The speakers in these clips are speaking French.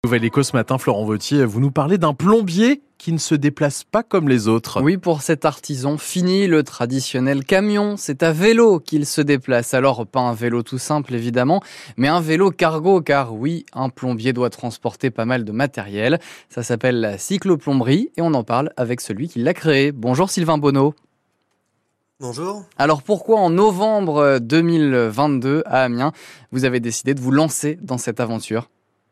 Nouvelle Éco ce matin, Florent Vautier, vous nous parlez d'un plombier qui ne se déplace pas comme les autres. Oui, pour cet artisan, fini le traditionnel camion. C'est à vélo qu'il se déplace. Alors, pas un vélo tout simple, évidemment, mais un vélo cargo, car oui, un plombier doit transporter pas mal de matériel. Ça s'appelle la cycloplomberie et on en parle avec celui qui l'a créé. Bonjour Sylvain Bonneau. Bonjour. Alors, pourquoi en novembre 2022, à Amiens, vous avez décidé de vous lancer dans cette aventure ?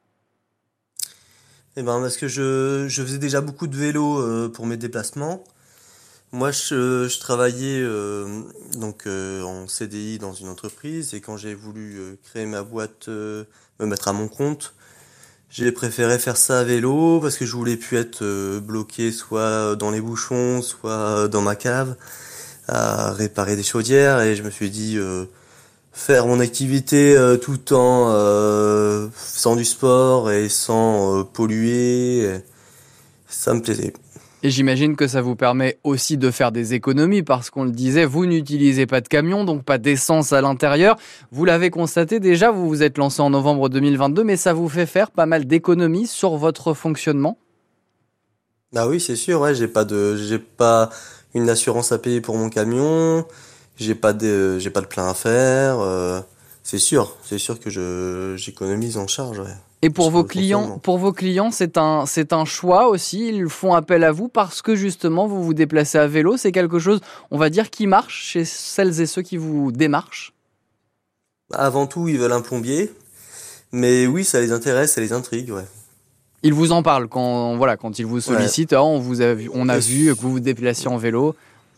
Parce que je faisais déjà beaucoup de vélo pour mes déplacements. Moi, je travaillais en CDI dans une entreprise et quand j'ai voulu créer ma boîte, me mettre à mon compte, j'ai préféré faire ça à vélo parce que je voulais plus être bloqué soit dans les bouchons, soit dans ma cave à réparer des chaudières et je me suis dit faire mon activité tout en faisant du sport et sans polluer, ça me plaisait. Et j'imagine que ça vous permet aussi de faire des économies parce qu'on le disait, vous n'utilisez pas de camion, donc pas d'essence à l'intérieur. Vous l'avez constaté déjà, vous vous êtes lancé en novembre 2022, mais ça vous fait faire pas mal d'économies sur votre fonctionnement ? Bah oui, c'est sûr, ouais, j'ai pas une assurance à payer pour mon camion, j'ai pas de plein à faire, c'est sûr que j'économise en charge, ouais. Et pour vos clients, c'est un choix aussi. Ils font appel à vous parce que justement vous vous déplacez à vélo. C'est quelque chose, on va dire, qui marche chez celles et ceux qui vous démarchent. Avant tout, ils veulent un plombier, mais oui, ça les intéresse, ça les intrigue, ouais. Ils vous en parlent quand ils vous sollicitent. Ouais. On a vu que vous vous déplaciez en vélo.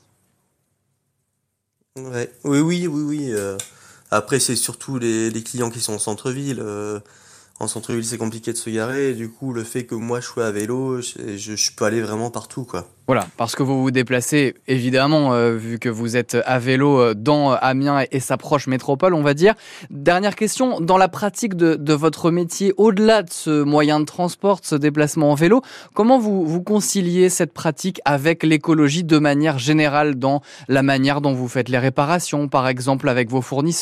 Ouais. Oui. Après, c'est surtout les clients qui sont en centre-ville. En centre-ville, c'est compliqué de se garer. Et du coup, le fait que moi, je sois à vélo, je peux aller vraiment partout, quoi. Voilà, parce que vous vous déplacez, évidemment, vu que vous êtes à vélo dans Amiens et sa proche métropole, on va dire. Dernière question, dans la pratique de votre métier, au-delà de ce moyen de transport, de ce déplacement en vélo, comment vous conciliez cette pratique avec l'écologie de manière générale dans la manière dont vous faites les réparations, par exemple avec vos fournisseurs ?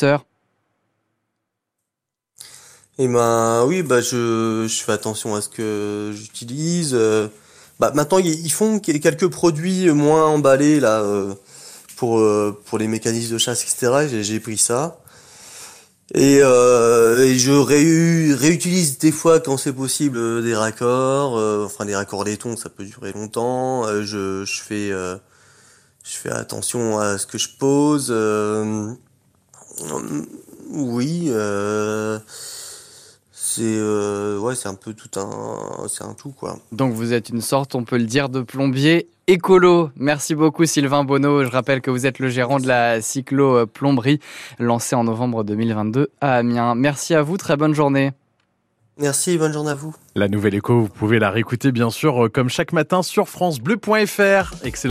Je fais attention à ce que j'utilise. Maintenant, ils font quelques produits moins emballés là pour les mécanismes de chasse, etc. J'ai pris ça et je réutilise des fois quand c'est possible des raccords. Les raccords laiton, ça peut durer longtemps. Je fais attention à ce que je pose. Oui. C'est un peu c'est un tout, quoi. Donc vous êtes une sorte, on peut le dire, de plombier écolo. Merci beaucoup Sylvain Bonneau. Je rappelle que vous êtes le gérant de la cycloplomberie lancée en novembre 2022 à Amiens. Merci à vous, très bonne journée. Merci, bonne journée à vous. La Nouvelle Éco, vous pouvez la réécouter bien sûr comme chaque matin sur francebleu.fr. Excellent.